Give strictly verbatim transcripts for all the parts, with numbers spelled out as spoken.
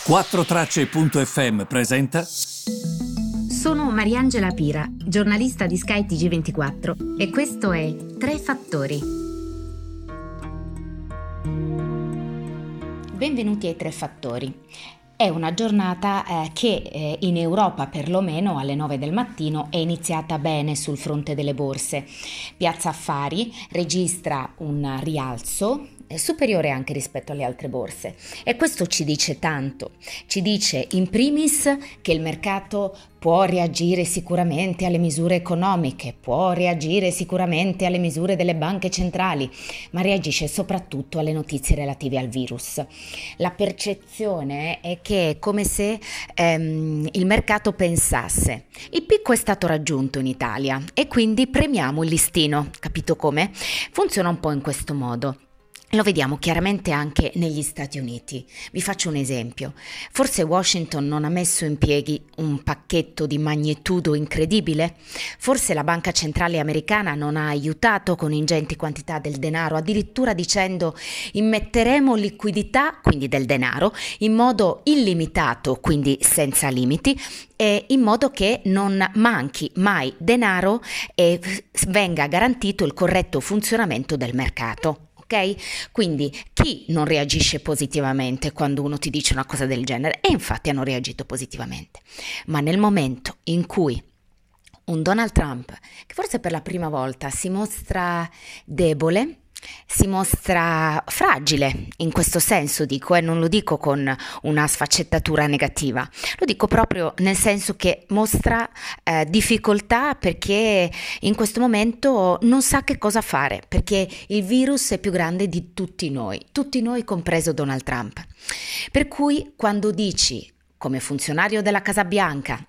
quattro tracce punto effe emme presenta. Sono Mariangela Pira, giornalista di Sky T G ventiquattro e questo è Tre Fattori. Benvenuti ai Tre Fattori. È una giornata eh, che eh, in Europa perlomeno alle nove del mattino è iniziata bene sul fronte delle borse. Piazza Affari registra un rialzo eh, superiore anche rispetto alle altre borse e questo ci dice tanto. Ci dice in primis che il mercato può reagire sicuramente alle misure economiche, può reagire sicuramente alle misure delle banche centrali, ma reagisce soprattutto alle notizie relative al virus. La percezione è che è come se ehm, il mercato pensasse: il picco è stato raggiunto in Italia e quindi premiamo il listino. Capito come? Funziona un po' in questo modo. Lo vediamo chiaramente anche negli Stati Uniti. Vi faccio un esempio. Forse Washington non ha messo in piedi un pacchetto di magnitudo incredibile? Forse la Banca Centrale Americana non ha aiutato con ingenti quantità del denaro, addirittura dicendo: immetteremo liquidità, quindi del denaro, in modo illimitato, quindi senza limiti, e in modo che non manchi mai denaro e venga garantito il corretto funzionamento del mercato. Ok? Quindi chi non reagisce positivamente quando uno ti dice una cosa del genere? E infatti hanno reagito positivamente. Ma nel momento in cui un Donald Trump, che forse per la prima volta si mostra debole, si mostra fragile, in questo senso dico, e non lo dico con una sfaccettatura negativa, lo dico proprio nel senso che mostra eh, difficoltà perché in questo momento non sa che cosa fare, perché il virus è più grande di tutti noi, tutti noi compreso Donald Trump. Per cui quando dici, come funzionario della Casa Bianca,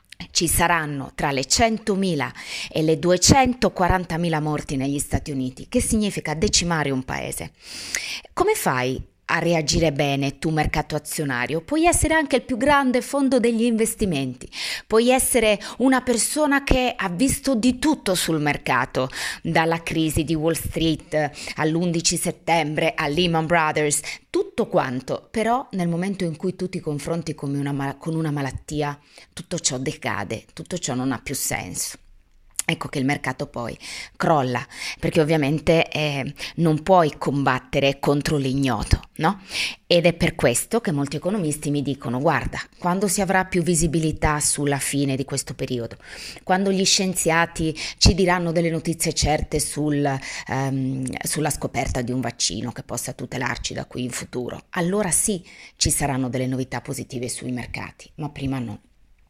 ci saranno tra le centomila e le duecentoquarantamila morti negli Stati Uniti, che significa decimare un paese. Come fai a reagire bene tu, mercato azionario? Puoi essere anche il più grande fondo degli investimenti, puoi essere una persona che ha visto di tutto sul mercato, dalla crisi di Wall Street all'undici settembre, a Lehman Brothers, tutto quanto, però nel momento in cui tu ti confronti con una, con una malattia, tutto ciò decade, tutto ciò non ha più senso. Ecco che il mercato poi crolla, perché ovviamente eh, non puoi combattere contro l'ignoto, no? Ed è per questo che molti economisti mi dicono: guarda, quando si avrà più visibilità sulla fine di questo periodo, quando gli scienziati ci diranno delle notizie certe sul, um, sulla scoperta di un vaccino che possa tutelarci da qui in futuro, allora sì, ci saranno delle novità positive sui mercati, ma prima no.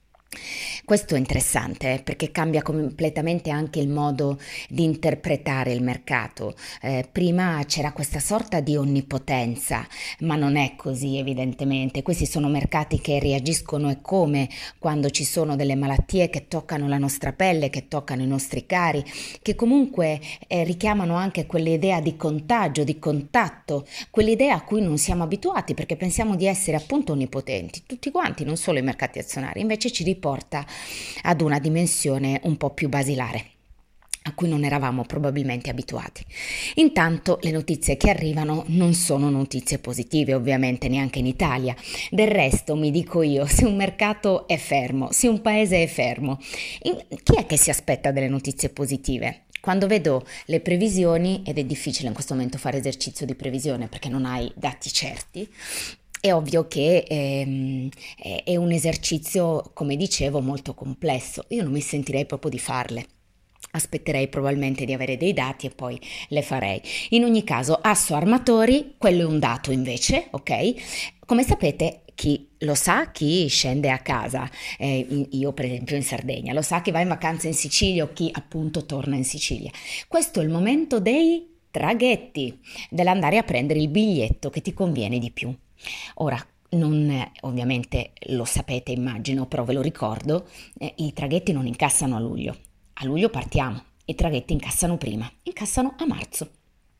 Questo è interessante eh, perché cambia completamente anche il modo di interpretare il mercato. Eh, prima c'era questa sorta di onnipotenza, ma non è così evidentemente. Questi sono mercati che reagiscono e come quando ci sono delle malattie che toccano la nostra pelle, che toccano i nostri cari, che comunque eh, richiamano anche quell'idea di contagio, di contatto, quell'idea a cui non siamo abituati perché pensiamo di essere appunto onnipotenti, tutti quanti, non solo i mercati azionari. Invece ci riporta ad una dimensione un po' più basilare, a cui non eravamo probabilmente abituati. Intanto le notizie che arrivano non sono notizie positive, ovviamente neanche in Italia. Del resto, mi dico io, se un mercato è fermo, se un paese è fermo, chi è che si aspetta delle notizie positive? Quando vedo le previsioni, ed è difficile in questo momento fare esercizio di previsione perché non hai dati certi, è ovvio che ehm, è un esercizio, come dicevo, molto complesso. Io non mi sentirei proprio di farle. Aspetterei probabilmente di avere dei dati e poi le farei. In ogni caso, asso armatori, quello è un dato invece, ok? Come sapete, chi lo sa, chi scende a casa, eh, io per esempio in Sardegna, lo sa chi va in vacanza in Sicilia o chi appunto torna in Sicilia. Questo è il momento dei traghetti, dell'andare a prendere il biglietto che ti conviene di più. Ora, non, ovviamente lo sapete immagino, però ve lo ricordo, eh, i traghetti non incassano a luglio, a luglio partiamo, i traghetti incassano prima, incassano a marzo.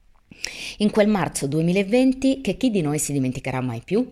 In quel marzo duemilaventi che chi di noi si dimenticherà mai più?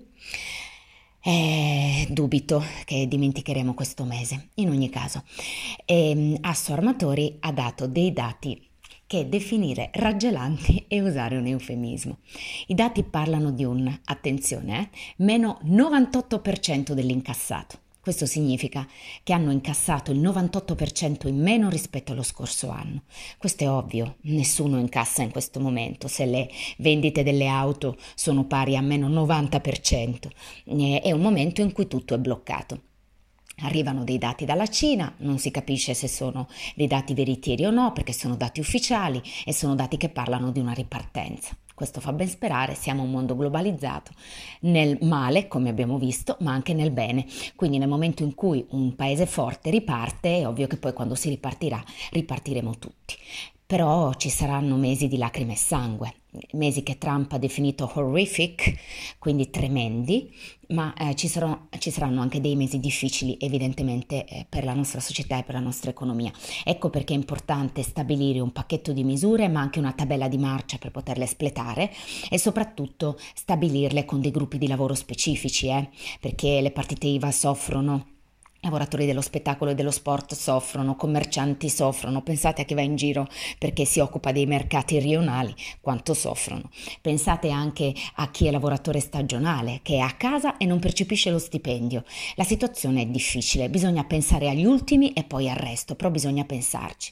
Eh, dubito che dimenticheremo questo mese. In ogni caso, ehm, Asso Armatori ha dato dei dati che definire raggelanti e usare un eufemismo. I dati parlano di un, attenzione, eh, meno novantotto per cento dell'incassato. Questo significa che hanno incassato il novantotto per cento in meno rispetto allo scorso anno. Questo è ovvio, nessuno incassa in questo momento. Se le vendite delle auto sono pari a meno novanta per cento, è un momento in cui tutto è bloccato. Arrivano dei dati dalla Cina, non si capisce se sono dei dati veritieri o no, perché sono dati ufficiali e sono dati che parlano di una ripartenza. Questo fa ben sperare, siamo un mondo globalizzato, nel male, come abbiamo visto, ma anche nel bene. Quindi nel momento in cui un paese forte riparte, è ovvio che poi quando si ripartirà, ripartiremo tutti. Però ci saranno mesi di lacrime e sangue, mesi che Trump ha definito horrific, quindi tremendi, ma eh, ci, saranno, ci saranno anche dei mesi difficili evidentemente eh, per la nostra società e per la nostra economia. Ecco perché è importante stabilire un pacchetto di misure, ma anche una tabella di marcia per poterle espletare e soprattutto stabilirle con dei gruppi di lavoro specifici, eh, perché le partite I V A soffrono. Lavoratori dello spettacolo e dello sport soffrono, commercianti soffrono, pensate a chi va in giro perché si occupa dei mercati rionali, quanto soffrono. Pensate anche a chi è lavoratore stagionale, che è a casa e non percepisce lo stipendio. La situazione è difficile, bisogna pensare agli ultimi e poi al resto, però bisogna pensarci.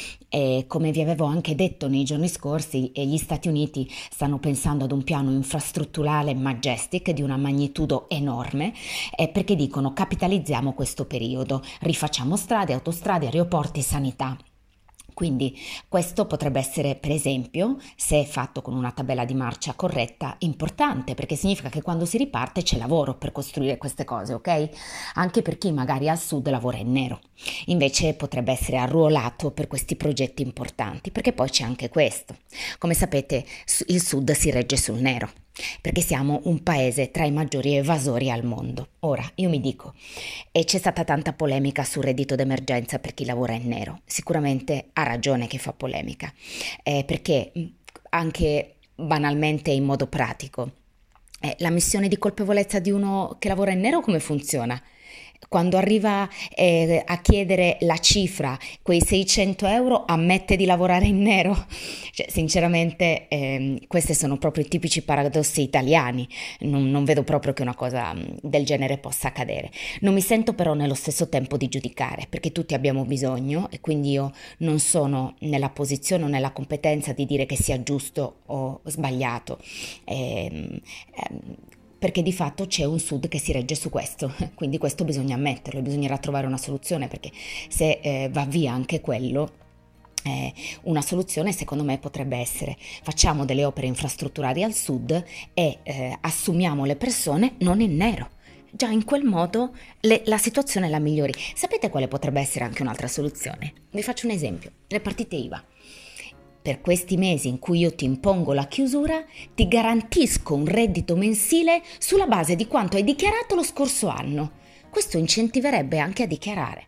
E come vi avevo anche detto nei giorni scorsi, gli Stati Uniti stanno pensando ad un piano infrastrutturale Majestic di una magnitudo enorme, eh, perché dicono capitalizziamo questo periodo, rifacciamo strade, autostrade, aeroporti, sanità. Quindi questo potrebbe essere, per esempio, se fatto con una tabella di marcia corretta, importante, perché significa che quando si riparte c'è lavoro per costruire queste cose, ok? Anche per chi magari al sud lavora in nero. Invece potrebbe essere arruolato per questi progetti importanti, perché poi c'è anche questo. Come sapete, il sud si regge sul nero, perché siamo un paese tra i maggiori evasori al mondo. Ora, io mi dico, e c'è stata tanta polemica sul reddito d'emergenza per chi lavora in nero. Sicuramente ha ragione chi fa polemica, eh, perché anche banalmente in modo pratico, eh, la missione di colpevolezza di uno che lavora in nero come funziona? Quando arriva eh, a chiedere la cifra, quei seicento euro, ammette di lavorare in nero? Cioè, sinceramente, eh, questi sono proprio i tipici paradossi italiani. Non, non vedo proprio che una cosa del genere possa accadere. Non mi sento però nello stesso tempo di giudicare, perché tutti abbiamo bisogno e quindi io non sono nella posizione o nella competenza di dire che sia giusto o sbagliato. Eh, eh, perché di fatto c'è un sud che si regge su questo, quindi questo bisogna ammetterlo, bisognerà trovare una soluzione, perché se eh, va via anche quello, eh, una soluzione secondo me potrebbe essere: facciamo delle opere infrastrutturali al sud e eh, assumiamo le persone non in nero. Già in quel modo le, la situazione la migliori. Sapete quale potrebbe essere anche un'altra soluzione? Vi faccio un esempio: le partite I V A. Per questi mesi in cui io ti impongo la chiusura, ti garantisco un reddito mensile sulla base di quanto hai dichiarato lo scorso anno. Questo incentiverebbe anche a dichiarare.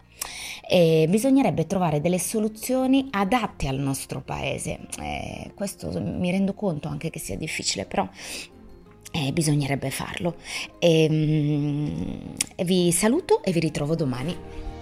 E bisognerebbe trovare delle soluzioni adatte al nostro paese. Eh, questo mi rendo conto anche che sia difficile, però eh, bisognerebbe farlo. E, mm, vi saluto e vi ritrovo domani.